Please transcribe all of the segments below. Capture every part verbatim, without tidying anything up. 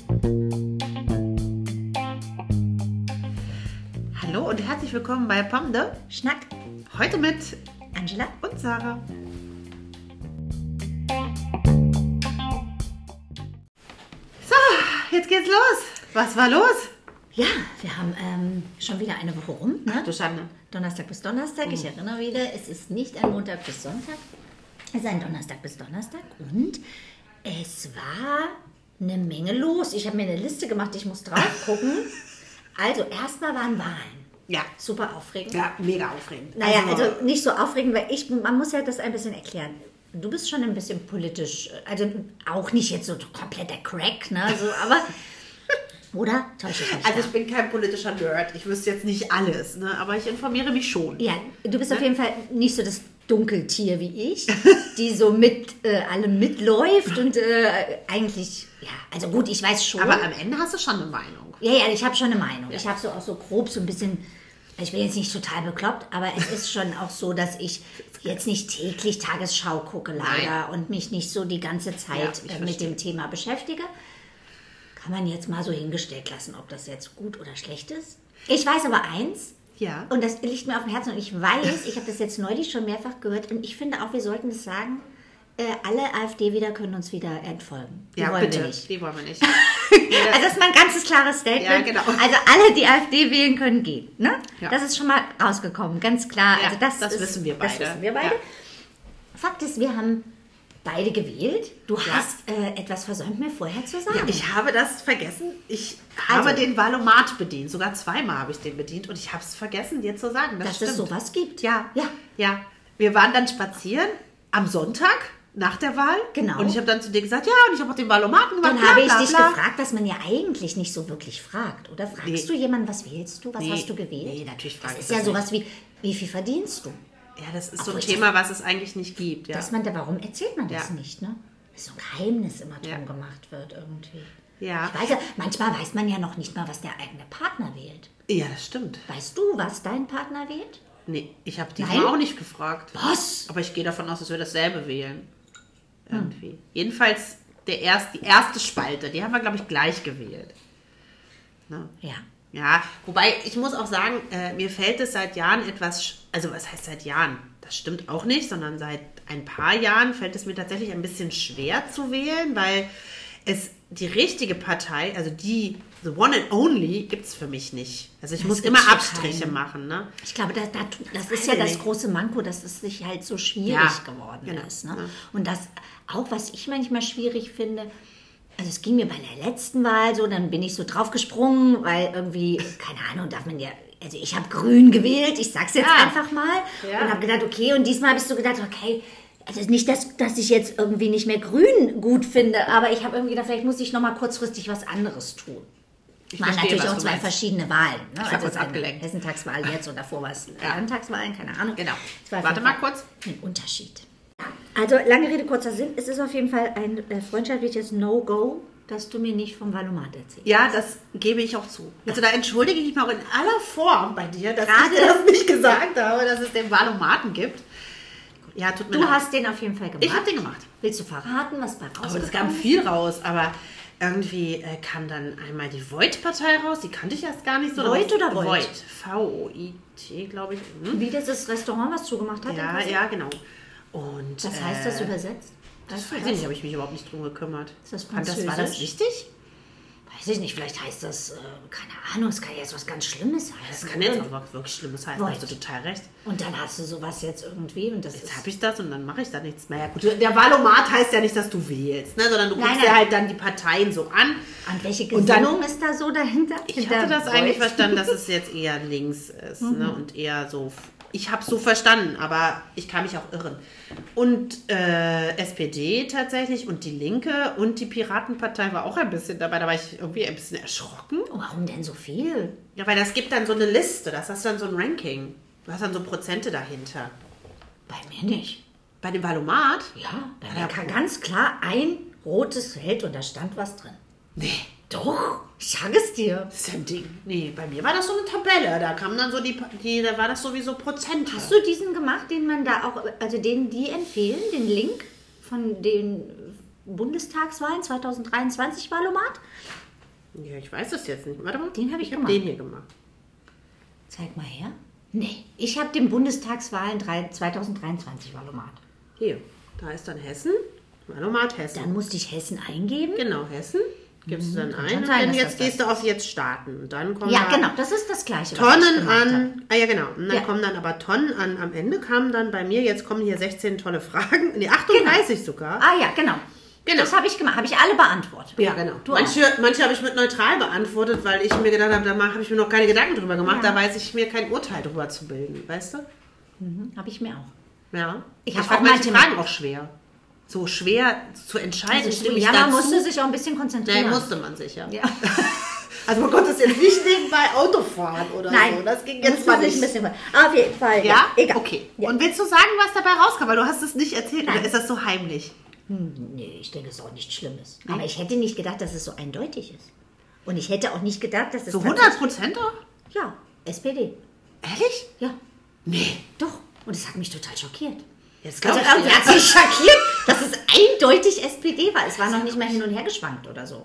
Hallo und herzlich willkommen bei Pomme de Schnack. Heute mit Angela und Sarah. So, jetzt geht's los. Was war los? Ja, wir haben ähm, schon wieder eine Woche rum. Ne? Ach du Schande. Donnerstag bis Donnerstag. Ich erinnere wieder, es ist nicht ein Montag bis Sonntag. Es ist ein Donnerstag bis Donnerstag. Und es war eine Menge los. Ich habe mir eine Liste gemacht, ich muss drauf gucken. Also erstmal waren Wahlen. Ja. Super aufregend. Ja, mega aufregend. Naja, also, also nicht so aufregend, weil ich, man muss ja das ein bisschen erklären. Du bist schon ein bisschen politisch, also auch nicht jetzt so komplett der Crack, ne? So, aber, oder? Täusche ich mich Also da? ich bin kein politischer Nerd. Ich wüsste jetzt nicht alles, ne? Aber ich informiere mich schon. Ja, du bist Ne? auf jeden Fall nicht so das Dunkeltier wie ich, die so mit äh, allem mitläuft und äh, eigentlich, ja, also gut, ich weiß schon. Aber am Ende hast du schon eine Meinung. Ja, ja, ich habe schon eine Meinung. Ja. Ich habe so auch so grob so ein bisschen, ich bin jetzt nicht total bekloppt, aber es ist schon auch so, dass ich jetzt nicht täglich Tagesschau gucke leider. Nein. Und mich nicht so die ganze Zeit ja, äh, mit dem Thema beschäftige. Kann man jetzt mal so hingestellt lassen, ob das jetzt gut oder schlecht ist. Ich weiß aber eins, ja. Und das liegt mir auf dem Herzen und ich weiß, ich habe das jetzt neulich schon mehrfach gehört und ich finde auch, wir sollten das sagen, äh, alle AfD-Wähler können uns wieder entfolgen. Die ja, wollen bitte. wir nicht. Die wollen wir nicht. Also das ist mein ganzes klares Statement. Ja, genau. Also alle, die AfD wählen können, gehen. Ne? Ja. Das ist schon mal rausgekommen, ganz klar. Ja, also das das ist, wissen wir beide. Das wissen wir beide. Ja. Fakt ist, wir haben beide gewählt. Du Ja. hast äh, etwas versäumt, mir vorher zu sagen. Ja, ich habe das vergessen. Ich habe Also- den Valomat bedient. Sogar zweimal habe ich den bedient. Und ich habe es vergessen, dir zu sagen. Das dass stimmt. es sowas gibt. Ja. Ja. Ja. Wir waren dann spazieren am Sonntag nach der Wahl. Genau. Und ich habe dann zu dir gesagt, ja, und ich habe auch den Valomaten gemacht. Dann bla, habe ich bla, dich bla. gefragt, was man ja eigentlich nicht so wirklich fragt. Oder fragst Nee. du jemanden, was wählst du? Was Nee. hast du gewählt? Nee, natürlich frage Das ich ist ja das sowas wie, wie viel verdienst du? Ja, das ist so Obwohl ein ich Thema, was es eigentlich nicht gibt. Ja. Dass man da, warum erzählt man das Ja. nicht, ne? Dass so ein Geheimnis immer drum Ja. gemacht wird irgendwie. Ja. Ich weiß ja, manchmal weiß man ja noch nicht mal, was der eigene Partner wählt. ja, das stimmt. Weißt du, was dein Partner wählt? Nee, ich habe Nein? diesmal auch nicht gefragt. Was? Aber ich gehe davon aus, dass wir dasselbe wählen. Irgendwie. Hm. Jedenfalls der erst, die erste Spalte, die haben wir, glaube ich, gleich gewählt. Ne? Ja. Ja, wobei ich muss auch sagen, äh, mir fällt es seit Jahren etwas, sch- also was heißt seit Jahren? Das stimmt auch nicht, sondern seit ein paar Jahren fällt es mir tatsächlich ein bisschen schwer zu wählen, weil es die richtige Partei, also die, the one and only, gibt es für mich nicht. Also ich Das muss gibt's immer für Abstriche keinen. machen, ne? Ich glaube, da, da, das weiß ist ja ich das nicht. große Manko, dass es sich halt so schwierig Ja, geworden genau, ist. Ne? ja. Und das auch, was ich manchmal schwierig finde, also es ging mir bei der letzten Wahl so, dann bin ich so draufgesprungen, weil irgendwie, keine Ahnung, darf man ja, also ich habe grün gewählt, ich sag's jetzt Ja. einfach mal Ja. und habe gedacht, okay, und diesmal habe ich so gedacht, okay, also nicht, dass, dass ich jetzt irgendwie nicht mehr grün gut finde, aber ich habe irgendwie gedacht, vielleicht muss ich nochmal kurzfristig was anderes tun. Ich Waren verstehe, natürlich was auch du zwei meinst. verschiedene Wahlen. Ne? Ich war kurz es eine abgelenkt. Hessentagswahl jetzt und davor war es Ja. Landtagswahlen, keine Ahnung. Genau. Es war auf Warte jeden mal Fall kurz. ein Unterschied. Also lange Rede, kurzer Sinn. Es ist auf jeden Fall ein äh, freundschaftliches No-Go, dass du mir nicht vom Valomat erzählst. Ja, das gebe ich auch zu. Also da entschuldige ich mich auch in aller Form bei dir, dass Gerade- ich dir das nicht gesagt habe, dass es den Valomaten gibt. Ja, tut mir Du leid. hast den auf jeden Fall gemacht. Ich habe den gemacht. Willst du verraten, was bei Aber es rausgekommen kam ist? viel raus, aber irgendwie äh, kam dann einmal die Voigt-Partei raus, die kannte ich erst gar nicht so. Voigt oder Voigt? Voigt. V O I T, glaube ich. Hm? Wie das das Restaurant, was zugemacht hat? in Ja, Kassel? ja, genau. Und, Was heißt das äh, übersetzt? Das Weißt du weiß ich nicht, habe ich mich überhaupt nicht drum gekümmert. Ist das Und das war das Französisch? wichtig? Weiß ich nicht, vielleicht heißt das, äh, keine Ahnung, es kann jetzt was ganz Schlimmes heißen. Das kann jetzt auch was wirklich Schlimmes heißen, Voigt. hast du total recht. Und dann hast du sowas jetzt irgendwie und das Jetzt ist... habe ich das und dann mache ich da nichts mehr. Ja, gut, der Valomat heißt ja nicht, dass du wählst, ne? Sondern du Nein, guckst nein. dir halt dann die Parteien so an. Und welche Und dann- Gesinnung ist da so dahinter? Ich Hinter hatte das eigentlich Voigt? verstanden, dass es jetzt eher links ist, Mhm. ne? Und eher so. Ich habe es so verstanden, aber ich kann mich auch irren. Und äh, S P D tatsächlich und die Linke und die Piratenpartei war auch ein bisschen dabei. Da war ich irgendwie ein bisschen erschrocken. Oh, warum denn so viel? Ja, weil das gibt dann so eine Liste, das hast dann so ein Ranking. Du hast dann so Prozente dahinter. Bei mir nicht. Bei dem Valomat? Ja, bei Ja, mir kam ganz klar ein rotes Feld und da stand was drin. Nee. Doch, ich sag es dir. Das ist ja ein Ding. Nee, bei mir war das so eine Tabelle. Da kam dann so die, die da war das sowieso Prozent. Hast du diesen gemacht, den man da auch, also den die empfehlen, den Link von den Bundestagswahlen zwanzig dreiundzwanzig Wahlomat? Ja, ich weiß es jetzt nicht. Warte mal. Den habe ich, ich hab gemacht. den hier gemacht. Zeig mal her. Nee, ich habe den Bundestagswahlen zwanzig dreiundzwanzig Wahlomat. Hier, da ist dann Hessen. Wahlomat Hessen. Dann musste ich Hessen eingeben. Genau, Hessen. Gibst du dann kann ein schon und sein, dann dass jetzt das gehst du auf jetzt starten. Und dann kommen Ja, da genau, das ist das Gleiche, was ich Tonnen gemacht habe. an, ah ja genau, und dann Ja. kommen dann aber Tonnen an, am Ende kamen dann bei mir, jetzt kommen hier sechzehn tolle Fragen, nee, achtunddreißig sogar. Ah ja, genau. Genau. Das habe ich gemacht, habe ich alle beantwortet. Ja, genau. Du manche manche habe ich mit neutral beantwortet, weil ich mir gedacht habe, da habe ich mir noch keine Gedanken drüber gemacht, Ja. da weiß ich mir kein Urteil drüber zu bilden, weißt du? Mhm, habe ich mir auch. Ja. Ich Ich, hab fand auch manche manche- Fragen auch schwer. So schwer zu entscheiden. Also, stimme ich ja, man dazu? musste sich auch ein bisschen konzentrieren. Nein, musste man sich ja. Ja. Also man konnte es jetzt nicht nebenbei Auto fahren oder Nein, so. Das ging man jetzt mal musste sich nicht. ein bisschen. Auf jeden Fall. Ja? egal. Okay. Ja. Und willst du sagen, was dabei rauskam? Weil du hast es nicht erzählt. Nein. Oder ist das so heimlich? Hm, nee, ich denke, es ist auch nichts Schlimmes. Nee. Aber ich hätte nicht gedacht, dass es so eindeutig ist. Und ich hätte auch nicht gedacht, dass es So tatsächlich- hundert Prozent auch? Ja, S P D. Ehrlich? Ja, Nee. doch. Und es hat mich total schockiert. Jetzt Also glaube ich irgendwie dir. hat es mich schockiert, dass es eindeutig S P D war. Es war noch nicht mal hin und her geschwankt oder so.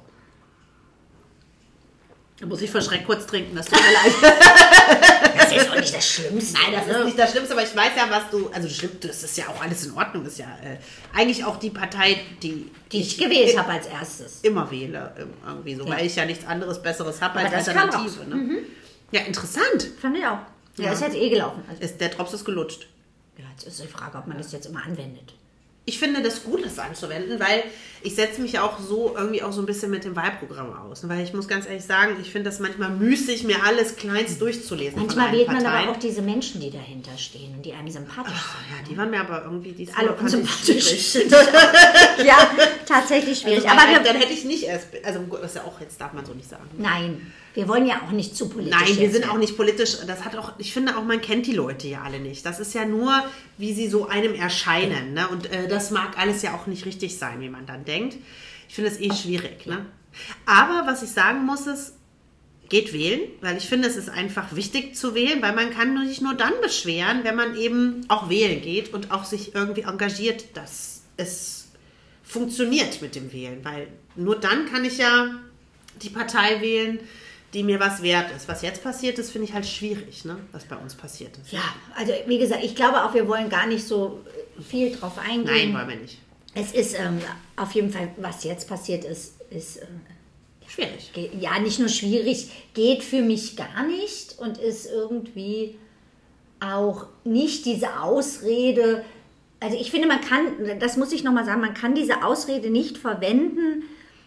Da muss ich vor Schreck kurz trinken, das tut mir leid. Das ist auch nicht das Schlimmste. Nein, das ist nicht das Schlimmste, aber ich weiß ja, was du... Also stimmt, das ist ja auch alles in Ordnung. Das ist ja äh, eigentlich auch die Partei, die, Die ich gewählt habe als erstes. immer wähle. Irgendwie so, Ja. weil ich ja nichts anderes, Besseres habe Aber als das kam Alternative. Ne? Ja, interessant. Fand ich auch. Ja, Ja. ist jetzt eh gelaufen. Also, Ist, der Drops ist gelutscht. ja, jetzt ist die Frage, ob man das jetzt immer anwendet. Ich finde das gut, das anzuwenden, weil ich setze mich auch so irgendwie auch so ein bisschen mit dem Wahlprogramm aus. Weil ich muss ganz ehrlich sagen, ich finde das manchmal müßig, mir alles kleinst durchzulesen. Manchmal von allen wählt man Parteien. aber auch diese Menschen, die dahinter stehen und die einem sympathisch sind. Ja, die waren mir aber irgendwie die Alle fand ich unsympathisch. schwierig. Ja, tatsächlich schwierig. Also, aber weil, wir, dann hätte ich nicht erst, also das ist ja auch, jetzt darf man so nicht sagen. nein, wir wollen ja auch nicht zu politisch Nein, wir jetzt sind werden. auch nicht politisch. Das hat auch, ich finde auch, man kennt die Leute ja alle nicht. Das ist ja nur, wie sie so einem erscheinen. Ne? Und äh, das mag alles ja auch nicht richtig sein, wie man dann denkt. Ich finde es eh schwierig. Ne? Aber was ich sagen muss, ist, geht wählen, weil ich finde, es ist einfach wichtig zu wählen, weil man kann sich nur dann beschweren, wenn man eben auch wählen geht und auch sich irgendwie engagiert, dass es funktioniert mit dem Wählen. Weil nur dann kann ich ja die Partei wählen, die mir was wert ist. Was jetzt passiert ist, finde ich halt schwierig, ne? Was bei uns passiert ist. Ja, also wie gesagt, ich glaube auch, wir wollen gar nicht so viel drauf Nein, eingehen. wollen wir nicht. Es ist ähm, auf jeden Fall, was jetzt passiert ist, ist äh, Schwierig. ge- ja nicht nur schwierig, geht für mich gar nicht und ist irgendwie auch nicht diese Ausrede. Also ich finde, man kann, das muss ich nochmal sagen, man kann diese Ausrede nicht verwenden,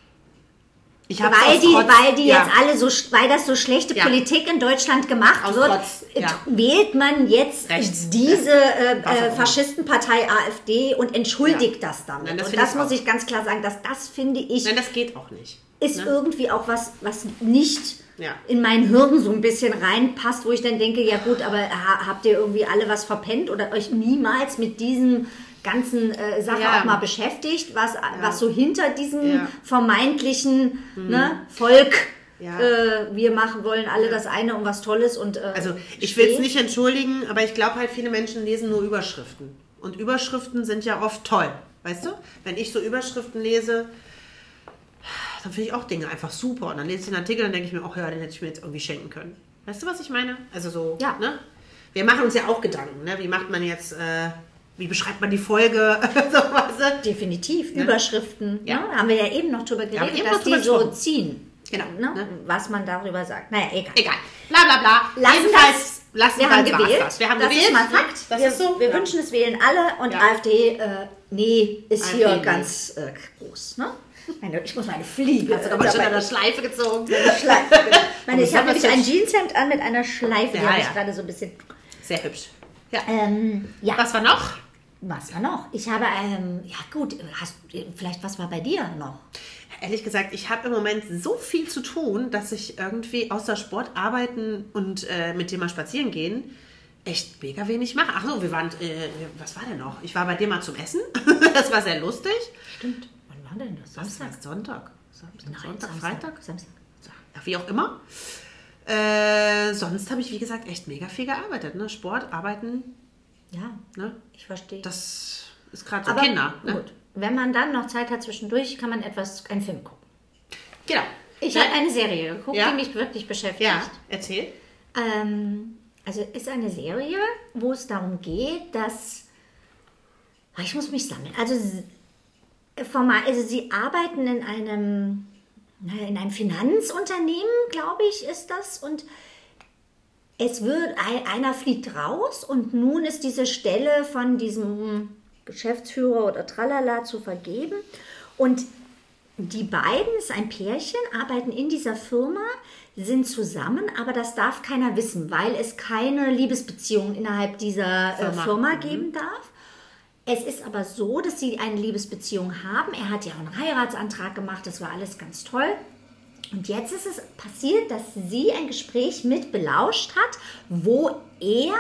Ich hab's weil aus die, Trotz- weil die ja. jetzt alle so, sch- weil das so schlechte Ja. Politik in Deutschland gemacht Aus wird, Trotz, ja. t- wählt man jetzt Rechts. diese äh, Was auch äh, immer. Faschistenpartei AfD und entschuldigt Ja. das damit. Nein, das und finde das ich muss auch. ich ganz klar sagen, dass das finde ich Nein, das geht auch nicht. ist ne? irgendwie auch was, was nicht Ja. in mein Hirn so ein bisschen reinpasst, wo ich dann denke, ja gut, aber ha, habt ihr irgendwie alle was verpennt oder euch niemals mit diesen ganzen äh, Sache Ja. auch mal beschäftigt, was, was so hinter diesem Ja. vermeintlichen ne, Volk, Ja. äh, wir machen wollen alle das eine und was Tolles und äh, Also ich will es steht. nicht entschuldigen, aber ich glaube halt, viele Menschen lesen nur Überschriften. Und Überschriften sind ja oft toll, weißt du? Wenn ich so Überschriften lese, dann finde ich auch Dinge einfach super. Und dann lese ich den Artikel, dann denke ich mir, ach ja, den hätte ich mir jetzt irgendwie schenken können. Weißt du, was ich meine? Also so, Ja. ne? Wir machen uns ja auch Gedanken, ne? Wie macht man jetzt, äh, wie beschreibt man die Folge? so, weißt du? Definitiv, Überschriften, Ja. ne? Haben wir ja eben noch drüber haben geredet, eben dass noch drüber die so gesprochen. ziehen. Genau, Ne? ne? Was man darüber sagt. Naja, egal. Egal. Bla bla bla. Lassen Jedenfalls, das, lassen wir haben war's gewählt. das. Wir haben das gewählt. ist mal Fakt. Das wir ist so. wir Ja. wünschen, es wählen alle und Ja. AfD, äh, nee, ist AfD hier nee. ganz äh, groß. Ne? Meine, ich muss meine Fliege. Hast du aber schon dabei- an der Schleife gezogen. Schleife. Genau. Meine, Und ich habe besonders nämlich ein hübsch. Jeanshemd an mit einer Schleife, die Ja, habe ja. ich gerade so ein bisschen. Sehr hübsch. Ja. Ähm, ja, Was war noch? was war noch? Ich habe, ähm, ja gut, hast, vielleicht was war bei dir noch? Ehrlich gesagt, ich habe im Moment so viel zu tun, dass ich irgendwie außer Sport, arbeiten und äh, mit dir mal spazieren gehen, echt mega wenig mache. Ach so, wir waren, äh, was war denn noch? Ich war bei dir mal zum Essen. Das war sehr lustig. Stimmt. Wann war denn das? Was war Sonntag? Samstag, Nein, Sonntag, Samstag. Freitag? Samstag. Ja, wie auch immer. Äh, sonst habe ich, wie gesagt, echt mega viel gearbeitet. Ne? Sport, Arbeiten, Ja, ne? ich verstehe. Das ist gerade so Aber Kinder. Ne? gut, wenn man dann noch Zeit hat zwischendurch, kann man etwas, einen Film gucken. Genau. Ich habe eine Serie geguckt, ja? die mich wirklich beschäftigt. Ja, erzähl. Ähm, also ist eine Serie, wo es darum geht, dass... Ich muss mich sammeln. Also, formal, also sie arbeiten in einem, in einem Finanzunternehmen, glaube ich, ist das. Und es wird, einer fliegt raus und nun ist diese Stelle von diesem Geschäftsführer oder Tralala zu vergeben. Und die beiden, ist ein Pärchen, arbeiten in dieser Firma, sind zusammen, aber das darf keiner wissen, weil es keine Liebesbeziehung innerhalb dieser Firma, Firma geben darf. Es ist aber so, dass sie eine Liebesbeziehung haben. Er hat ja auch einen Heiratsantrag gemacht, das war alles ganz toll. Und jetzt ist es passiert, dass sie ein Gespräch mit belauscht hat, wo er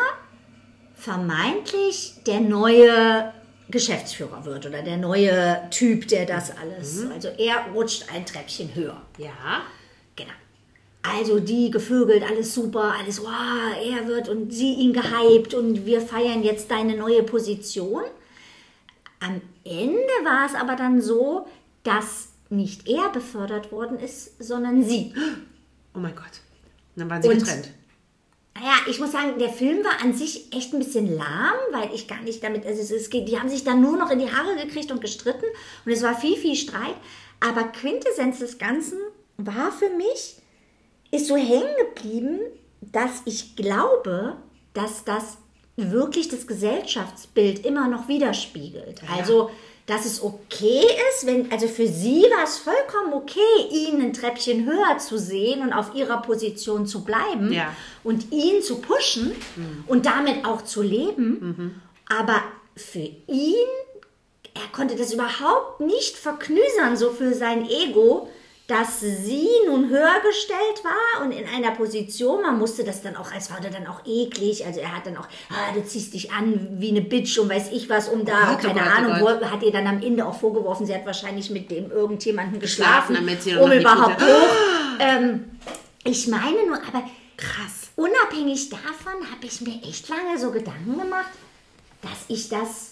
vermeintlich der neue Geschäftsführer wird oder der neue Typ, der das alles... Mhm. Also er rutscht ein Treppchen höher. Ja. Genau. Also die gevögelt, alles super, alles, wow, er wird und sie ihn gehypt und wir feiern jetzt deine neue Position. Am Ende war es aber dann so, dass nicht er befördert worden ist, sondern sie. Oh mein Gott. Und dann waren sie und, getrennt. Naja, ich muss sagen, der Film war an sich echt ein bisschen lahm, weil ich gar nicht damit, also es geht, die haben sich dann nur noch in die Haare gekriegt und gestritten und es war viel, viel Streit. Aber Quintessenz des Ganzen war für mich, ist so hängen geblieben, dass ich glaube, dass das wirklich das Gesellschaftsbild immer noch widerspiegelt. Ja. Also, dass es okay ist, wenn, also für sie war es vollkommen okay, ihn ein Treppchen höher zu sehen und auf ihrer Position zu bleiben ja. und ihn zu pushen mhm. und damit auch zu leben. Mhm. Aber für ihn, er konnte das überhaupt nicht verknüsern, so für sein Ego, dass sie nun höher gestellt war und in einer Position, man musste das dann auch, es war dann auch eklig, also er hat dann auch, ah, du ziehst dich an wie eine Bitch und weiß ich was, um da, oh Gott, keine oh Gott, Ahnung, oh Gott. Wo, hat ihr dann am Ende auch vorgeworfen, sie hat wahrscheinlich mit dem irgendjemanden geschlafen, damit sie um überhaupt hoch. Ähm, ich meine nur, aber krass. Unabhängig davon habe ich mir echt lange so Gedanken gemacht, dass ich das,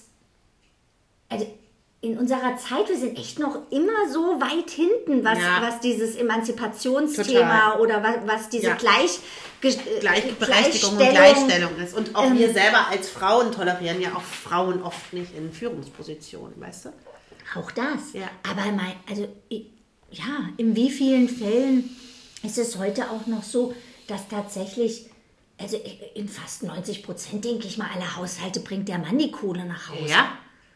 also in unserer Zeit, wir sind echt noch immer so weit hinten, was, ja. was dieses Emanzipationsthema Total. oder was, was diese ja. Gleich, Gleichberechtigung und Gleichstellung ist. Und auch ähm, wir selber als Frauen tolerieren ja auch Frauen oft nicht in Führungspositionen, weißt du? Auch das. Ja. Aber mein, also, ja, in wie vielen Fällen ist es heute auch noch so, dass tatsächlich, also in fast neunzig Prozent, denke ich mal, aller Haushalte bringt der Mann die Kohle nach Hause. Ja.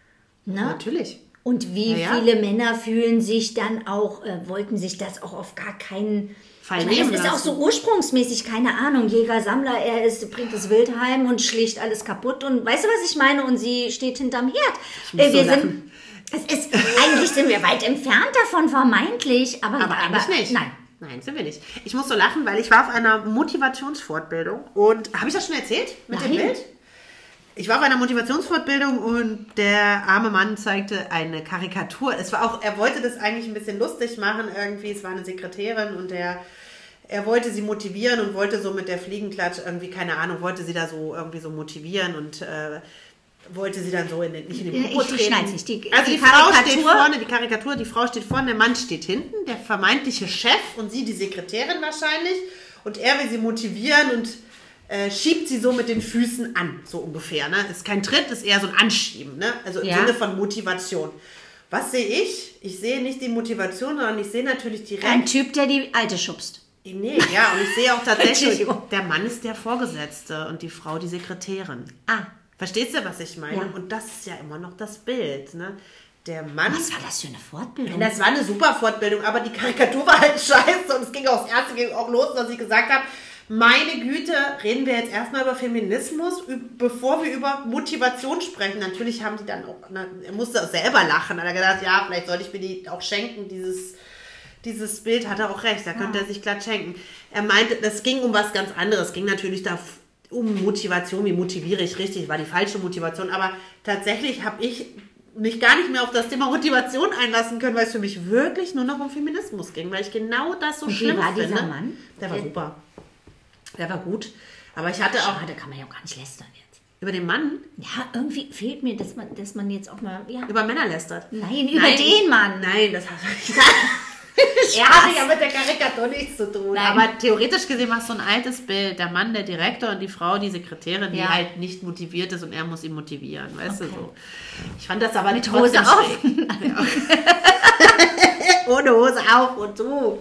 Ne? Natürlich. Und wie ja, viele ja. Männer fühlen sich dann auch, äh, wollten sich das auch auf gar keinen Fall nehmen. Es ist auch so ursprungsmäßig, keine Ahnung, Jäger, Sammler, er ist, bringt das Wild heim und schlicht alles kaputt und weißt du, was ich meine? Und sie steht hinterm Herd. Äh, wir so sind, es ist, eigentlich sind wir weit entfernt davon, vermeintlich, aber, aber eigentlich aber, nicht. Nein. Nein, sind wir nicht. Ich muss so lachen, weil ich war auf einer Motivationsfortbildung und, habe ich das schon erzählt mit Nein. dem Bild? Ich war auf einer Motivationsfortbildung und der arme Mann zeigte eine Karikatur. Es war auch, er wollte das eigentlich ein bisschen lustig machen irgendwie. Es war eine Sekretärin und der, er wollte sie motivieren und wollte so mit der Fliegenklatsch irgendwie, keine Ahnung, wollte sie da so irgendwie so motivieren und äh, wollte sie dann so in den, nicht in den Popo treten. Nicht. Die, also die, die Frau steht vorne, die Karikatur, die Frau steht vorne, der Mann steht hinten, der vermeintliche Chef und sie die Sekretärin wahrscheinlich. Und er will sie motivieren und Äh, schiebt sie so mit den Füßen an, so ungefähr. Ne? Ist kein Tritt, ist eher so ein Anschieben. Ne? Also im ja. Sinne von Motivation. Was sehe ich? Ich sehe nicht die Motivation, sondern ich sehe natürlich direkt... Ein Typ, der die Alte schubst. Nee, ja, und ich sehe auch tatsächlich, der Mann ist der Vorgesetzte und die Frau die Sekretärin. Ah. Verstehst du, was ich meine? Ja. Und das ist ja immer noch das Bild. Ne? Der Mann... Was war das für eine Fortbildung? Das war eine super Fortbildung, aber die Karikatur war halt scheiße und es ging auch das erste ging auch los, dass ich gesagt habe, meine Güte, reden wir jetzt erstmal über Feminismus, bevor wir über Motivation sprechen. Natürlich haben die dann auch, na, er musste auch selber lachen. Hat er gedacht, ja, vielleicht sollte ich mir die auch schenken. Dieses, dieses Bild hat er auch recht, da könnte ja. er sich glatt schenken. Er meinte, das ging um was ganz anderes. Es ging natürlich da um Motivation, wie motiviere ich richtig, war die falsche Motivation. Aber tatsächlich habe ich mich gar nicht mehr auf das Thema Motivation einlassen können, weil es für mich wirklich nur noch um Feminismus ging, weil ich genau das so Und schlimm wie war finde. dieser Mann? Der war super. Der war gut. Aber ich hatte auch... Schade, kann man ja auch gar nicht lästern jetzt. Über den Mann? Ja, irgendwie fehlt mir, dass man, dass man jetzt auch mal... Ja. Über Männer lästert? Nein, über nein, den Mann. Nein, das hast du nicht gesagt. Er hatte ja mit der Karikatur nichts zu tun. Nein. Aber theoretisch gesehen war es so ein altes Bild. Der Mann, der Direktor und die Frau, die Sekretärin, die Ja. halt nicht motiviert ist und er muss ihn motivieren. Weißt Okay. du so. Ich fand das aber Mit trotzdem Hose auf. schräg. Ohne Hose auf und zu.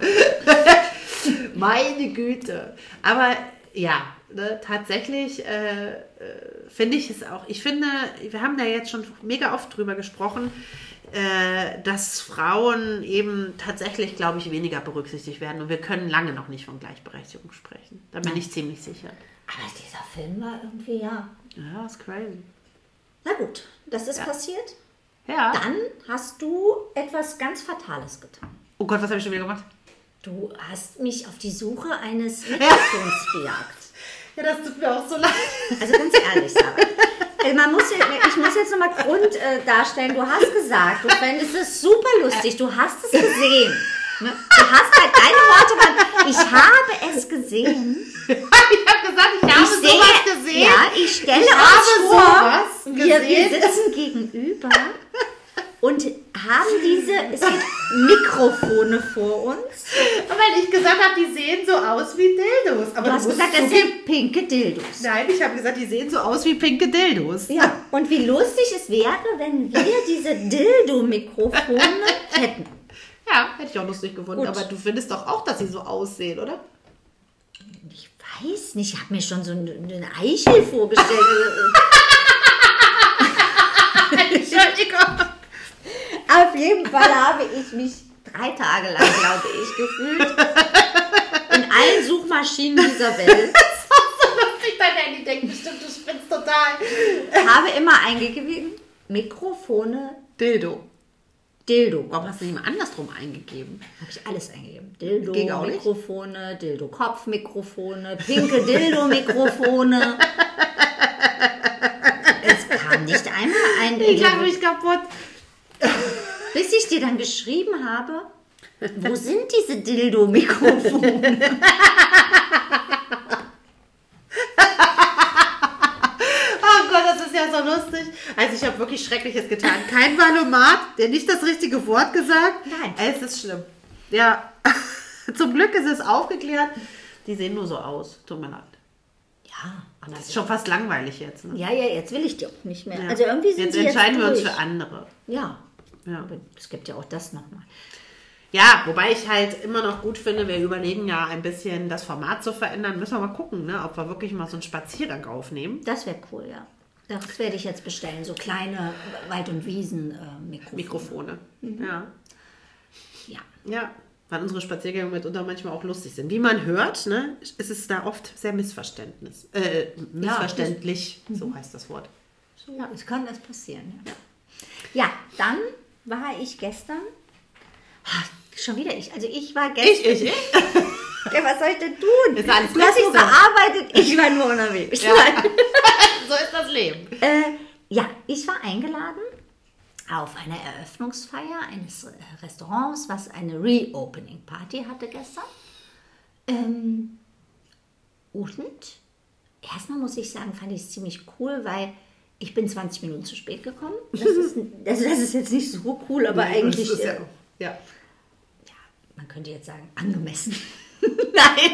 Meine Güte. Aber ja, ne, tatsächlich äh, äh, finde ich es auch. Ich finde, wir haben da jetzt schon mega oft drüber gesprochen, äh, dass Frauen eben tatsächlich, glaube ich, weniger berücksichtigt werden. Und wir können lange noch nicht von Gleichberechtigung sprechen. Da bin Nein. ich ziemlich sicher. Aber dieser Film war irgendwie, ja. Ja, ist crazy. Na gut, das ist Ja. passiert. Ja. Dann hast du etwas ganz Fatales getan. Oh Gott, was habe ich schon wieder gemacht? Du hast mich auf die Suche eines Mikrofons gejagt. Ja, das tut mir auch so leid. Also ganz ehrlich, Sarah. Also man muss, ja- ich muss jetzt nochmal Grund äh, darstellen. Du hast gesagt, du fändest es super lustig. Du hast es gesehen. Ne? Du hast halt, deine Worte waren, ich habe es gesehen. Ich habe gesagt, ich habe Ich sehe, sowas gesehen. ja, ich stelle Ich uns habe vor, sowas wir, wir gesehen. sitzen gegenüber und haben diese, es gibt Mikrofone vor uns. Weil ich gesagt habe, die sehen so aus wie Dildos. Aber Du hast musst gesagt, das zugeben- sind pinke Dildos. Nein, ich habe gesagt, die sehen so aus wie pinke Dildos. Ja, und wie lustig es wäre, wenn wir diese Dildo-Mikrofone hätten. Ja, hätte ich auch lustig gefunden. Gut. Aber du findest doch auch, dass sie so aussehen, oder? Ich weiß nicht, ich habe mir schon so eine eine Eichel vorgestellt. Entschuldigung. Auf jeden Fall habe ich mich drei Tage lang, glaube ich, gefühlt in allen Suchmaschinen dieser Welt. Dein Handy denkt bestimmt, du spinnst total. Habe immer eingegeben, Mikrofone, Dildo. Dildo. Warum hast du nicht mal andersrum eingegeben? Habe ich alles eingegeben. Dildo, Ging auch nicht? Mikrofone, Dildo-Kopfmikrofone, pinke Dildo-Mikrofone. Es kam nicht einmal ein Ich lache Dildo. mich kaputt. Bis ich dir dann geschrieben habe, wo sind diese Dildo-Mikrofone? Oh Gott, das ist ja so lustig. Also ich habe wirklich Schreckliches getan. Kein Valomat, der nicht das richtige Wort gesagt. Nein. Es ist schlimm. Ja, zum Glück ist es aufgeklärt. Die sehen nur so aus. Tut mir leid. Ja, aber Das ist schon fast langweilig jetzt. Ne? ja, ja, jetzt will ich die auch nicht mehr. Ja. Also irgendwie sind jetzt sie entscheiden jetzt wir uns durch. für andere. Ja, Ja. aber es gibt ja auch das nochmal. Ja, wobei ich halt immer noch gut finde, wir überlegen ja ein bisschen das Format zu verändern. Müssen wir mal gucken, ne, ob wir wirklich mal so einen Spaziergang aufnehmen. Das wäre cool, ja. Das werde ich jetzt bestellen, so kleine Wald- und Wiesen-Mikrofone. Mikrofone. Mhm. Ja. Ja. Ja, weil unsere Spaziergänge mitunter manchmal auch lustig sind. Wie man hört, ne, ist es da oft sehr Missverständnis. Äh, missverständlich, so heißt das Wort. Ja, es kann das passieren. Ja, ja dann war ich gestern. Ah, schon wieder ich. Also ich war gestern. Ich, ich, ich. Ja, was soll ich denn tun? Ist alles du hast richtig so so. gearbeitet, ich war nur unterwegs. Ja. So ist das Leben. Äh, ja, ich war eingeladen auf eine Eröffnungsfeier eines äh, Restaurants, was eine Reopening-Party hatte gestern. Ähm, und erstmal muss ich sagen, fand ich es ziemlich cool, weil ich bin zwanzig Minuten zu spät gekommen. Das ist, also das ist jetzt nicht so cool, aber Nee, eigentlich, das ist äh, ja, ja. ja, man könnte jetzt sagen, angemessen. Nein.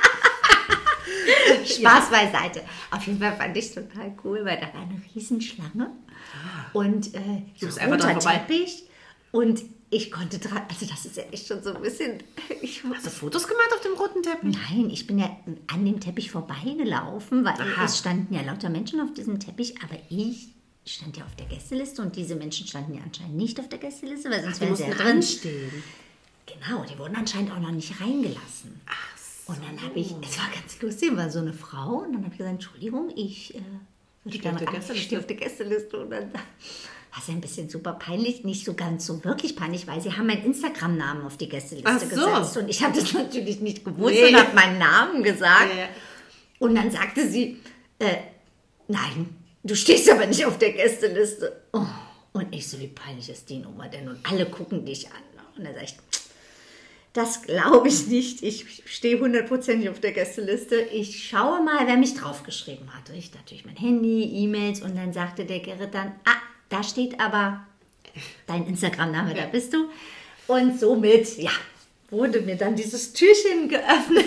Spaß beiseite. Auf jeden Fall fand ich es total cool, weil da war eine Riesenschlange und äh, Du bist so einfach dran roter vorbei. Teppich und ich konnte dran, also das ist ja echt schon so ein bisschen, ich, Hast du Fotos gemacht auf dem roten Teppich? nein, ich bin ja an dem Teppich vorbeigelaufen, weil Aha. es standen ja lauter Menschen auf diesem Teppich, aber ich stand ja auf der Gästeliste und diese Menschen standen ja anscheinend nicht auf der Gästeliste, weil sonst Die wären sie ja mussten drin. anstehen. Genau, die wurden anscheinend auch noch nicht reingelassen. Ach so. Und dann habe ich, es war ganz lustig, war so eine Frau und dann habe ich gesagt, Entschuldigung, ich äh, würde Stehe auf gerne der rein. Gästeliste. Ich stehe auf der Gästeliste und dann war es ein bisschen super peinlich, nicht so ganz so wirklich peinlich, weil sie haben meinen Instagram-Namen auf die Gästeliste Ach so. gesetzt und ich habe das natürlich nicht gewusst Nee. und habe meinen Namen gesagt. Ja, ja. Und dann sagte sie, äh, nein, du stehst aber nicht auf der Gästeliste. Oh, und ich so, wie peinlich ist die Nummer denn? Und alle gucken dich an. Und dann sag ich, das glaube ich nicht. Ich stehe hundertprozentig auf der Gästeliste. Ich schaue mal, wer mich draufgeschrieben hat. Ich natürlich mein Handy, E-Mails und dann sagte der Gerrit dann, ah, da steht aber dein Instagram-Name, da bist du. Und somit, ja, wurde mir dann dieses Türchen geöffnet,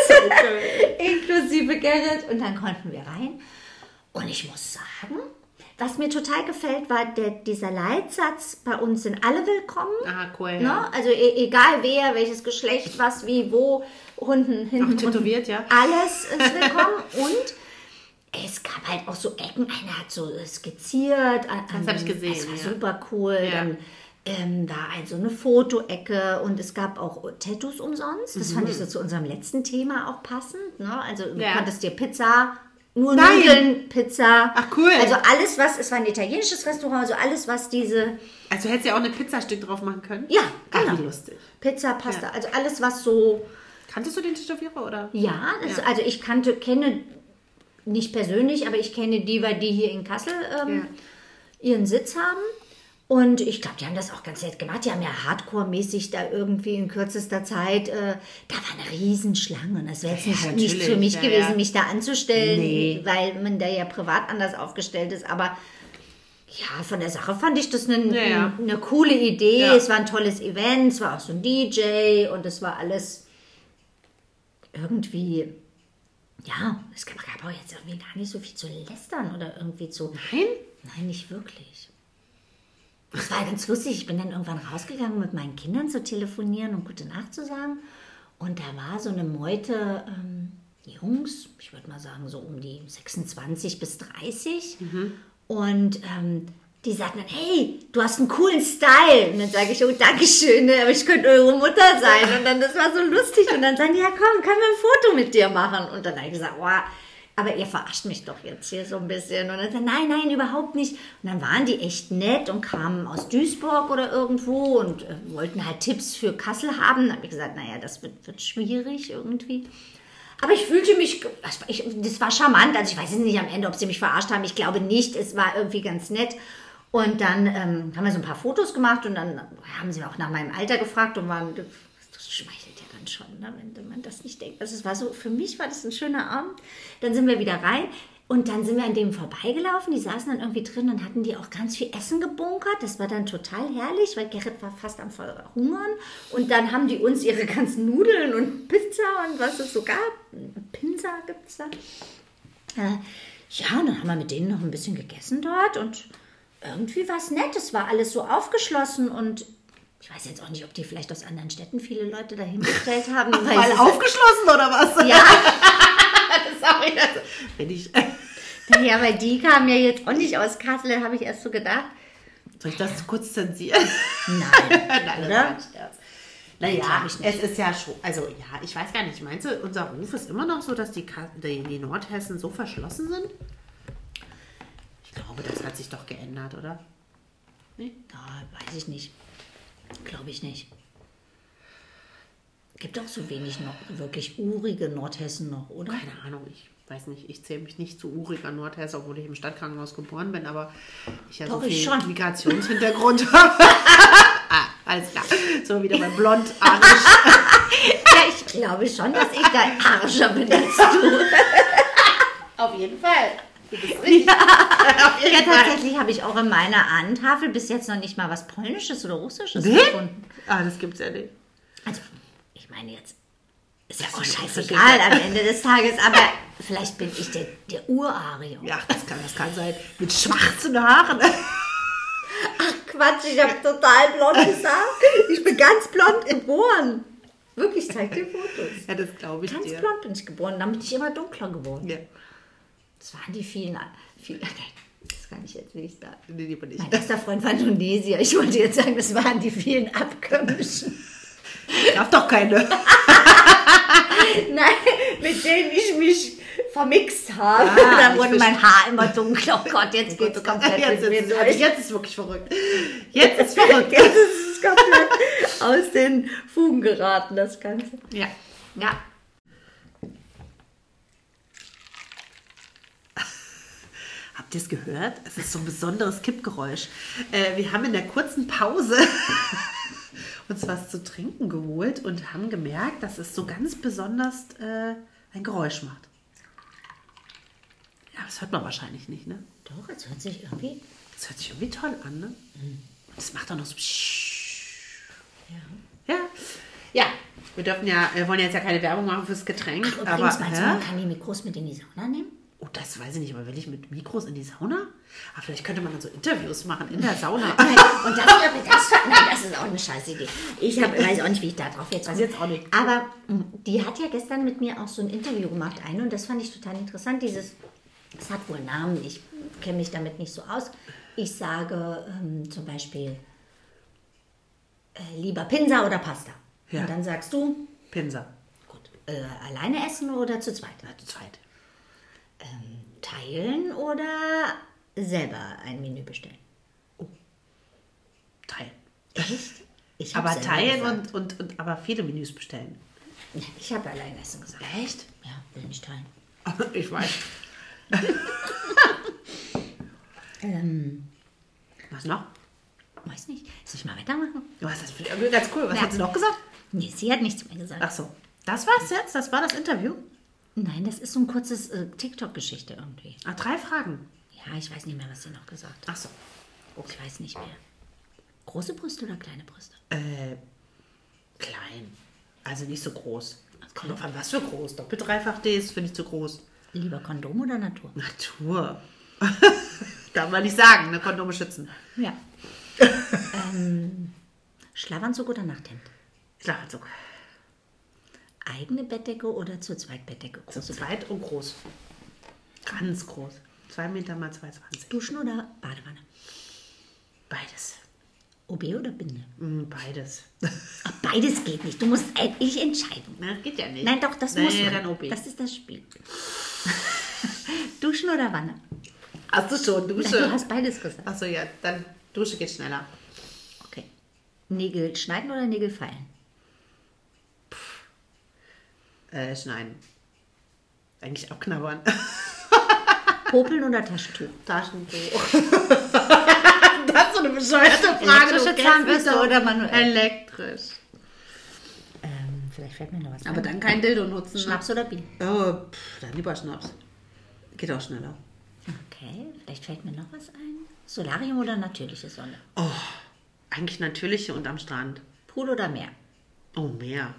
inklusive Gerrit, und dann konnten wir rein. Und ich muss sagen, was mir total gefällt, war der, dieser Leitsatz, bei uns sind alle willkommen. Ah, cool. Ne? Ja. Also e egal wer, welches Geschlecht, was, wie, wo, unten, hinten, auch tätowiert, unten, ja. alles ist willkommen. Und es gab halt auch so Ecken, einer hat so skizziert. Das habe ich gesehen. Das war ja. super cool. Ja. Dann ähm, war also eine Fotoecke und es gab auch Tattoos umsonst. Das mhm. fand ich so zu unserem letzten Thema auch passend. Ne? Also du ja. konntest dir Pizza, nur Nein. Nudeln, Pizza. Ach cool. Also alles, was, es war ein italienisches Restaurant, also alles, was diese... Also hättest du ja auch eine Pizzastück drauf machen können? Ja, genau. Ach, wie lustig. Pizza, Pasta, Ja. also alles, was so... Kanntest du den Tätowierer, oder? Ja, das, Ja. also ich kannte, kenne, nicht persönlich, aber ich kenne die, weil die hier in Kassel ähm, ihren Sitz haben. Und ich glaube, die haben das auch ganz nett gemacht. Die haben ja Hardcore-mäßig da irgendwie in kürzester Zeit, äh, da war eine Riesenschlange. Und das wäre jetzt nicht, Ja, nicht für natürlich. mich Ja, gewesen, ja. mich da anzustellen, Nee. weil man da ja privat anders aufgestellt ist. Aber ja, von der Sache fand ich das eine, Ja, ja. eine coole Idee. Ja. Es war ein tolles Event, es war auch so ein D J und es war alles irgendwie... Ja, es gab gab auch jetzt irgendwie gar nicht so viel zu lästern oder irgendwie zu... Nein? Nein, nicht wirklich. Das war ganz lustig. Ich bin dann irgendwann rausgegangen, mit meinen Kindern zu telefonieren und gute Nacht zu sagen. Und da war so eine Meute ähm, Jungs, ich würde mal sagen so um die sechsundzwanzig bis dreißig. Mhm. Und ähm, die sagten dann, hey, du hast einen coolen Style. Und dann sage ich, oh, Dankeschön, aber ich könnte eure Mutter sein. Und dann, das war so lustig. Und dann sagen die, ja komm, können wir ein Foto mit dir machen? Und dann habe ich gesagt, wow, aber ihr verarscht mich doch jetzt hier so ein bisschen. Und dann sagt, nein, nein, überhaupt nicht. Und dann waren die echt nett und kamen aus Duisburg oder irgendwo und äh, wollten halt Tipps für Kassel haben. Dann habe ich gesagt, naja, das wird, wird schwierig irgendwie. Aber ich fühlte mich, ich, das war charmant. Also ich weiß jetzt nicht am Ende, ob sie mich verarscht haben. Ich glaube nicht. Es war irgendwie ganz nett. Und dann ähm, haben wir so ein paar Fotos gemacht und dann haben sie auch nach meinem Alter gefragt und waren, das schmeichelt ja dann schon, ne, wenn man das nicht denkt. Also es war so, für mich war das ein schöner Abend. Dann sind wir wieder rein und dann sind wir an dem vorbeigelaufen. Die saßen dann irgendwie drin und hatten die auch ganz viel Essen gebunkert. Das war dann total herrlich, weil Gerrit war fast am Verhungern. Und dann haben die uns ihre ganzen Nudeln und Pizza und was es so gab. Pinsa gibt es da. Äh, ja, und dann haben wir mit denen noch ein bisschen gegessen dort und irgendwie war es nett. Es war alles so aufgeschlossen und ich weiß jetzt auch nicht, ob die vielleicht aus anderen Städten viele Leute dahin gestellt haben. Weil, weil aufgeschlossen oder was? Ja. Das ist auch wieder so. Wenn ich... Ja, weil die kamen ja jetzt auch nicht aus Kassel, habe ich erst so gedacht. Soll ich das kurz zensieren? Nein, Nein, oder? Naja, es ist ja schon, also ja, ich weiß gar nicht, meinst du, unser Ruf ist immer noch so, dass die, die, die Nordhessen so verschlossen sind? Ich glaube, das hat sich doch geändert, oder? Nee? Ja, weiß ich nicht. Glaube ich nicht. Gibt auch so wenig noch wirklich urige Nordhessen noch, oder? Keine Ahnung, ich weiß nicht. Ich zähle mich nicht zu uriger Nordhessen, obwohl ich im Stadtkrankenhaus geboren bin, aber ich ja Doch, so viel ich schon. Migrationshintergrund habe. Ah, alles klar. So wieder beim Blond arisch. Ja, ich glaube schon, dass ich da arischer bin als du. Auf jeden Fall. Du bist richtig. Ja, auf jeden Ja, Fall. tatsächlich habe ich auch in meiner Ahnentafel bis jetzt noch nicht mal was Polnisches oder Russisches Nee? gefunden. Ah, das gibt's ja nicht. Also, ich meine jetzt, ist ja Das auch ist scheißegal am Ende des Tages, aber vielleicht bin ich der, der Urarier. Ja, das kann, das kann sein. Mit schwarzen Haaren. Quatsch, ich habe total blondes Haar. Ich bin ganz blond geboren. Wirklich, zeig dir Fotos. Ja, das glaube ich Ganz dir. blond bin ich geboren, dann bin ich immer dunkler geworden. Ja, Das waren die vielen, vielen das kann ich jetzt nicht sagen. nee, lieber nicht. Mein bester Freund war Indonesier. Ich wollte jetzt sagen, das waren die vielen Abkömmlichen. Darf doch keine. Nein, mit denen ich mich vermixt habe. Ah, Dann ich wurde verstehe. mein Haar immer dunkler. Oh Gott, jetzt geht's Jetzt, komplett jetzt, mit mir ist, durch. also jetzt ist wirklich verrückt. Jetzt ist verrückt. Jetzt ist es komplett aus den Fugen geraten, das Ganze. Ja. Ja. Habt ihr es gehört? Es ist so ein besonderes Kippgeräusch. Äh, wir haben in der kurzen Pause uns was zu trinken geholt und haben gemerkt, dass es so ganz besonders äh, ein Geräusch macht. Ja, das hört man wahrscheinlich nicht, ne? Doch, es hört sich irgendwie... Das hört sich irgendwie toll an, ne? Und es macht auch noch so... Ja. Ja. Ja, Wir dürfen ja, wir wollen jetzt ja keine Werbung machen fürs Getränk. Ach, aber übrigens, meinst du, hä? man kann die Mikros mit in die Sauna nehmen? Oh, das weiß ich nicht, aber will ich mit Mikros in die Sauna? Aber vielleicht könnte man dann so Interviews machen in der Sauna. Nein, und das, das, nein, das ist auch eine scheiß Idee. Ich hab, weiß auch nicht, wie ich da drauf jetzt Weiß jetzt auch nicht. Aber mh, die hat ja gestern mit mir auch so ein Interview gemacht, eine, und das fand ich total interessant. Dieses, es hat wohl Namen, ich kenne mich damit nicht so aus. Ich sage ähm, zum Beispiel äh, lieber Pinsa oder Pasta. Ja. Und dann sagst du, Pinsa. gut, äh, alleine essen oder zu zweit? Na, zu zweit. Ähm, teilen oder selber ein Menü bestellen? Teilen. Echt? Ich hab Aber selber teilen gesagt. und, und, und aber viele Menüs bestellen. Ja, ich habe allein essen gesagt. Echt? Ja, will nicht teilen. Ich weiß. Ähm, Was noch? weiß nicht. Soll ich mal weitermachen? Was ist das für irgendwie ganz cool. Was Ja. hat sie noch gesagt? Nee, sie hat nichts mehr gesagt. Ach so. Das war's jetzt? Das war das Interview? Nein, das ist so ein kurzes äh, TikTok-Geschichte irgendwie. Ach, drei Fragen. Ja, ich weiß nicht mehr, was sie noch gesagt hat. Ach so. Ich weiß nicht mehr. Große Brüste oder kleine Brüste? Äh, klein. Also nicht so groß. Kommt drauf an, was für groß. Doppelt dreifach D ist, finde ich zu groß. Lieber Kondom oder Natur? Natur. Darf man nicht sagen, ne? Kondome schützen. Ja. ähm, Schlafanzug oder Nachthemd? Schlafanzug. Eigene Bettdecke oder zur Zweitbettdecke? Zu Große zweit und groß. Ganz groß. Zwei Meter mal zwei Meter zwanzig. Duschen oder Badewanne? Beides. O B oder Binde? Mm, Beides. Ach, beides geht nicht. Du musst endlich entscheiden. Na, geht ja nicht. Nein, doch, das Nee, muss man. dann O B. Das ist das Spiel. Duschen oder Wanne? Hast du schon, Nein, Dusche. du hast beides gesagt. Achso, ja, dann Dusche geht schneller. Okay. Nägel schneiden oder Nägel feilen? Äh, schneiden. Eigentlich abknabbern. Popeln oder Taschentuch? Taschentuch. Das ist so eine bescheuerte Frage. Elektrische Du kennst Zahnbürste mich doch. oder manuell? Elektrisch. Ähm, vielleicht fällt mir noch was Aber ein. dann kein Dildo nutzen. ne? Schnaps oder Bier? Oh, pff, dann lieber Schnaps. Geht auch schneller. Okay, vielleicht fällt mir noch was ein. Solarium oder natürliche Sonne? Oh, eigentlich natürliche und am Strand. Pool oder Meer? Oh, Meer.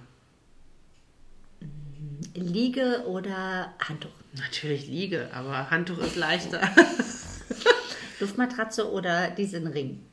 Liege oder Handtuch? Natürlich Liege, aber Handtuch ist leichter. Luftmatratze oder diesen Ring?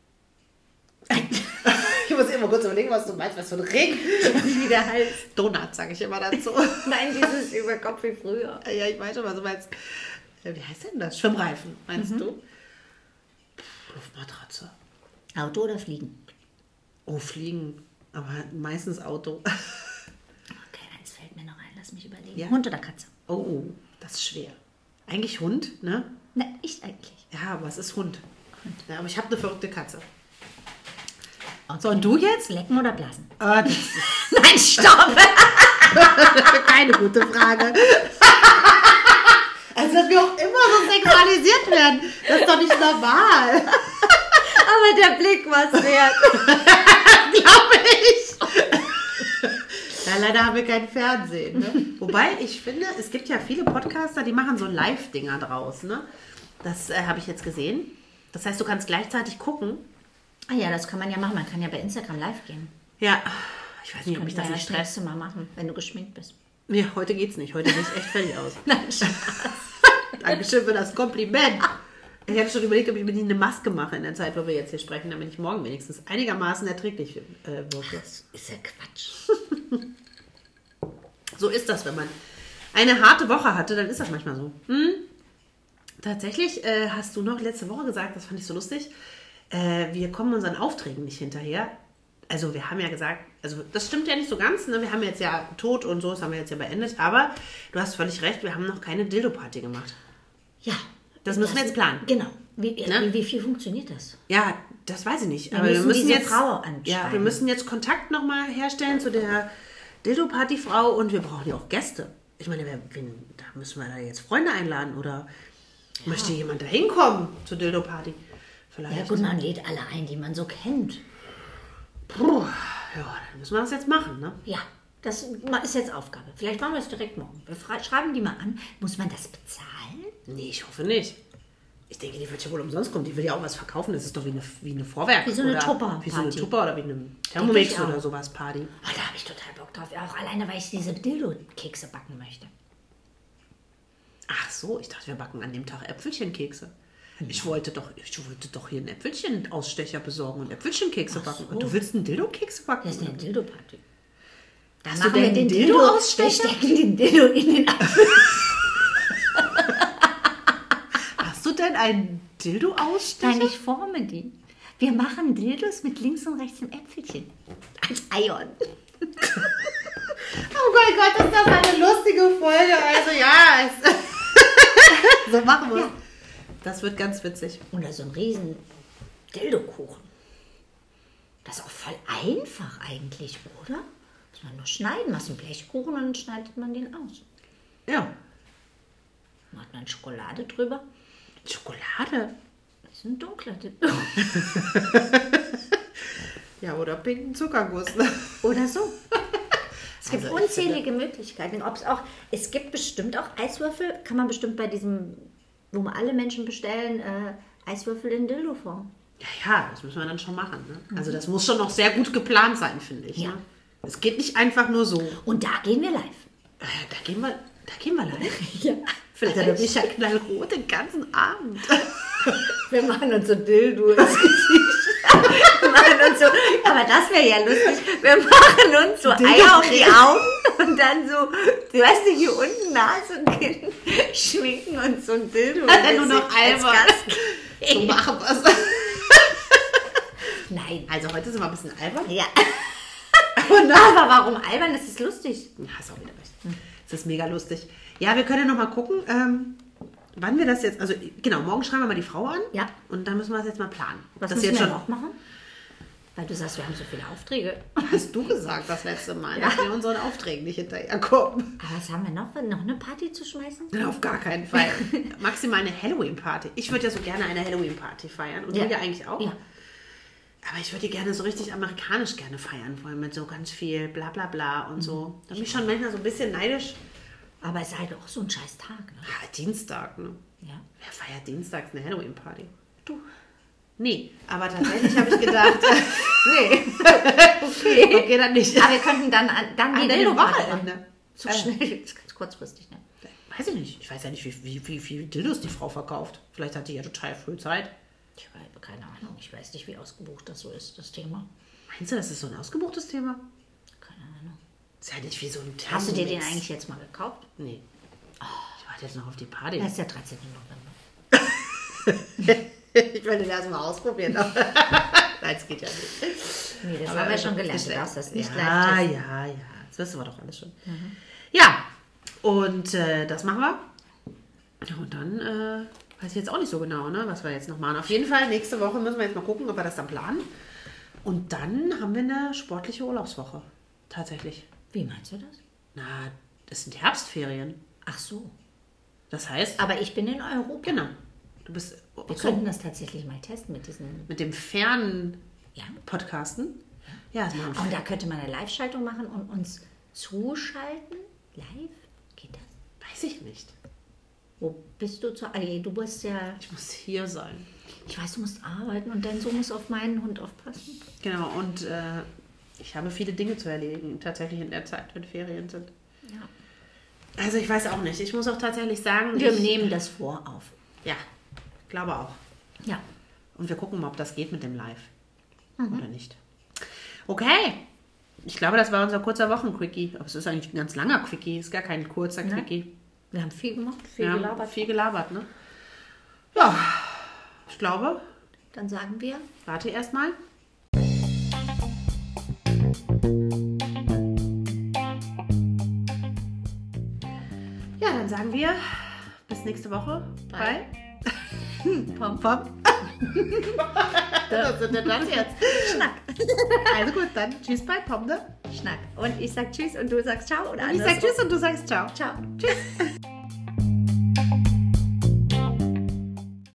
Ich muss immer kurz überlegen, was du meinst, was für ein Ring. Wie der heißt. Donut, sage ich immer dazu. Nein, dieses über Kopf wie früher. Ja, ich weiß schon, was du meinst. Äh, Wie heißt denn das? Schwimmreifen, meinst Mhm. du? Puh, Luftmatratze. Auto oder Fliegen? Oh, Fliegen. Aber meistens Auto. Okay, eins fällt mir noch ein. Lass mich überlegen. Ja. Hund oder Katze? Oh, das ist schwer. Eigentlich Hund, ne? Nein, ich eigentlich. Ja, aber es ist Hund. Ja, aber ich habe eine verrückte Katze. So, und du jetzt? Lecken oder blasen? Ah, das ist Nein, stopp! keine gute Frage. Also, dass wir auch immer so sexualisiert werden. Das ist doch nicht normal. Aber der Blick war es wert. Glaube ich. Ja, leider haben wir kein Fernsehen. Ne? Wobei, ich finde, es gibt ja viele Podcaster, die machen so Live-Dinger draus. Ne? Das äh, habe ich jetzt gesehen. Das heißt, du kannst gleichzeitig gucken. Ah ja, das kann man ja machen. Man kann ja bei Instagram live gehen. Ja, ich weiß nicht, ob mich das Können wir nicht das stresst. nächste Mal machen, wenn du geschminkt bist. Nee, heute geht's nicht. Heute sehe ich echt fertig aus. Nein, Spaß. Dankeschön für das Kompliment. Ich hatte schon überlegt, ob ich mir nicht eine Maske mache in der Zeit, wo wir jetzt hier sprechen, damit ich morgen wenigstens einigermaßen erträglich äh, wirke. Das ist ja Quatsch. So ist das, wenn man eine harte Woche hatte, dann ist das manchmal so. Hm? Tatsächlich äh, hast du noch letzte Woche gesagt, das fand ich so lustig, äh, wir kommen unseren Aufträgen nicht hinterher. Also wir haben ja gesagt, also das stimmt ja nicht so ganz, ne? Wir haben jetzt ja Tod und so, das haben wir jetzt ja beendet, aber du hast völlig recht, wir haben noch keine Dildo-Party gemacht. Ja. Das müssen wir jetzt planen. Genau. Wie, Ne? wie, wie viel funktioniert das? Ja, das weiß ich nicht. Wir aber wir müssen müssen diese jetzt, Frau anschreiben. ja, wir müssen jetzt Kontakt nochmal herstellen zu der Dildo-Party-Frau und wir brauchen ja auch Gäste. Ich meine, wer, wen, da müssen wir da jetzt Freunde einladen oder möchte jemand da hinkommen zur Dildo-Party? Vielleicht. Ja gut, man lädt alle ein, die man so kennt. Puh, ja, dann müssen wir das jetzt machen, ne? Ja, das ist jetzt Aufgabe. Vielleicht machen wir es direkt morgen. Wir fra- schreiben die mal an. Muss man das bezahlen? Nee, ich hoffe nicht. Ich denke, die wird ja wohl umsonst kommen. Die will ja auch was verkaufen. Das ist doch wie eine, wie eine Vorwerk. Wie so eine oder Tupper-Party. Wie so eine Tupper oder wie eine Thermomix oder sowas Party. Oh, da habe ich total Bock drauf. Auch alleine, weil ich diese Dildo-Kekse backen möchte. Ach so, ich dachte, wir backen an dem Tag Äpfelchenkekse. Ich wollte doch, ich wollte doch hier einen Äpfelchen-Ausstecher besorgen und Äpfelchenkekse backen. so. Und du willst einen Dildo-Keks backen? Das ist eine Dildo-Party. Dann Hast du machen denn wir einen den Dildo aus. Wir Dildo-Ausstecher? stecken den Dildo in den Apfel. Hast du denn einen Dildo-Ausstecher? Nein, ich forme die. Wir machen Dildos mit links und rechts im Äpfelchen. Als Eiern. Oh mein Gott, ist das eine lustige Folge. Also ja, es so machen wir es. Ja. Das wird ganz witzig. Oder so ein riesen Dildo-Kuchen. Das ist auch voll einfach eigentlich, oder? Muss man nur schneiden, machst einen Blechkuchen und dann schneidet man den aus. Ja. Macht man Schokolade drüber. Schokolade? Das ist ein dunkler Dildo. Ja, oder pinken Zuckerguss. Ne? Oder so. Es gibt Also ich unzählige Möglichkeiten. Ob's auch, es gibt bestimmt auch Eiswürfel, kann man bestimmt bei diesem, wo man alle Menschen bestellen, äh, Eiswürfel in Dildo-Form. Ja, ja, das müssen wir dann schon machen. Ne? Also das muss schon noch sehr gut geplant sein, finde ich. Ja. Ne? Es geht nicht einfach nur so. Und da gehen wir live. Äh, da gehen wir, da gehen wir live. Ja. Vielleicht bin ich ja knallrot den ganzen Abend. Wir machen uns so Dildo ins Gesicht. Wir machen uns so, aber das wäre ja lustig. Wir machen uns so Eier auf die Augen und dann so, du weißt nicht, hier unten Nase und Kinn schminken und so ein Dildo. Nur noch albern. So machen wir es. Nein. Also heute sind wir ein bisschen albern. Ja. Aber warum albern? Das ist lustig. Ja, hast auch wieder recht. Das ist mega lustig. Ja, wir können ja noch mal gucken, ähm, wann wir das jetzt, also genau, morgen schreiben wir mal die Frau an. Ja. Und dann müssen wir das jetzt mal planen. Was das müssen jetzt wir schon noch machen? Weil du sagst, wir haben so viele Aufträge. Hast du gesagt das letzte Mal, Ja. dass wir unseren Aufträgen nicht hinterherkommen. Aber was haben wir noch? Noch eine Party zu schmeißen? Nein, auf gar keinen Fall. Maximal eine Halloween-Party. Ich würde ja so gerne eine Halloween-Party feiern. Und Ja. du ja eigentlich auch. Ja. Aber ich würde die gerne so richtig amerikanisch gerne feiern wollen. Mit so ganz viel bla bla bla und so. Da bin ich schon manchmal so ein bisschen neidisch. Aber es ist halt auch so ein scheiß Tag. Ne? Ah, Dienstag, ne? Ja. Wer feiert dienstags eine Halloween-Party? Du. Nee, aber tatsächlich habe ich gedacht, Nee. Okay. okay, dann nicht. Aber wir könnten dann, dann die An dem Dildo-Party Wochenende. machen. So Äh. schnell, das ist ganz kurzfristig, ne? Weiß ich nicht. Ich weiß ja nicht, wie, wie, wie viel Dildos die Frau verkauft. Vielleicht hat die ja total früh Zeit. Ich habe keine Ahnung. Ich weiß nicht, wie ausgebucht das so ist, das Thema. Meinst du, das ist so ein ausgebuchtes Thema? Keine Ahnung. Ist ja nicht wie so ein Thermomix. Hast du dir den eigentlich jetzt mal gekauft? Nee. Ich warte jetzt noch auf die Party. Das ist der dreizehnte November. Ich will den erstmal ausprobieren. Nein, es geht ja nicht. Nee, das Aber haben wir schon also gelernt. Du bestellt. darfst das nicht ja, gleich testen. Ja, ja, das wissen wir doch alles schon. Mhm. Ja, und äh, das machen wir. Und dann äh, weiß ich jetzt auch nicht so genau, ne, was wir jetzt noch machen. Auf jeden Fall, nächste Woche müssen wir jetzt mal gucken, ob wir das dann planen. Und dann haben wir eine sportliche Urlaubswoche. Tatsächlich. Wie meinst du das? Na, das sind Herbstferien. Ach so. Das heißt, Aber ich bin in Europa. genau. Du bist Wir so, könnten das tatsächlich mal testen mit diesen... mit dem fernen Ja. Podcasten. Ja, das machen wir. Und da könnte man eine Live-Schaltung machen und uns zuschalten. Live? Geht das? Weiß ich nicht. Wo bist du zu... Ah, nee, du bist ja... Ich muss hier sein. Ich weiß, du musst arbeiten und dein Sohn muss auf meinen Hund aufpassen. Genau, und äh, ich habe viele Dinge zu erledigen, tatsächlich in der Zeit, wenn Ferien sind. Ja. Also ich weiß auch nicht. Ich muss auch tatsächlich sagen... Wir ich, nehmen das vor auf. Ja, glaube auch. Ja. Und wir gucken mal, ob das geht mit dem Live. Mhm. Oder nicht. Okay. Ich glaube, das war unser kurzer Wochenquickie. Aber es ist eigentlich ein ganz langer Quickie. Ist gar kein kurzer Nein. Quickie. Wir haben viel gemacht, viel Wir gelabert. haben viel gelabert, ne? Ja, ich glaube, Dann sagen wir... warte erstmal. Ja, dann sagen wir bis nächste Woche. Bye. Bye. Pom, pom. Was sind denn das jetzt? Schnack. Also gut, dann tschüss bei Pomde. Schnack. Und ich sag Tschüss und du sagst Ciao oder Ich andersrum? sag Tschüss und du sagst Ciao. Ciao. Tschüss.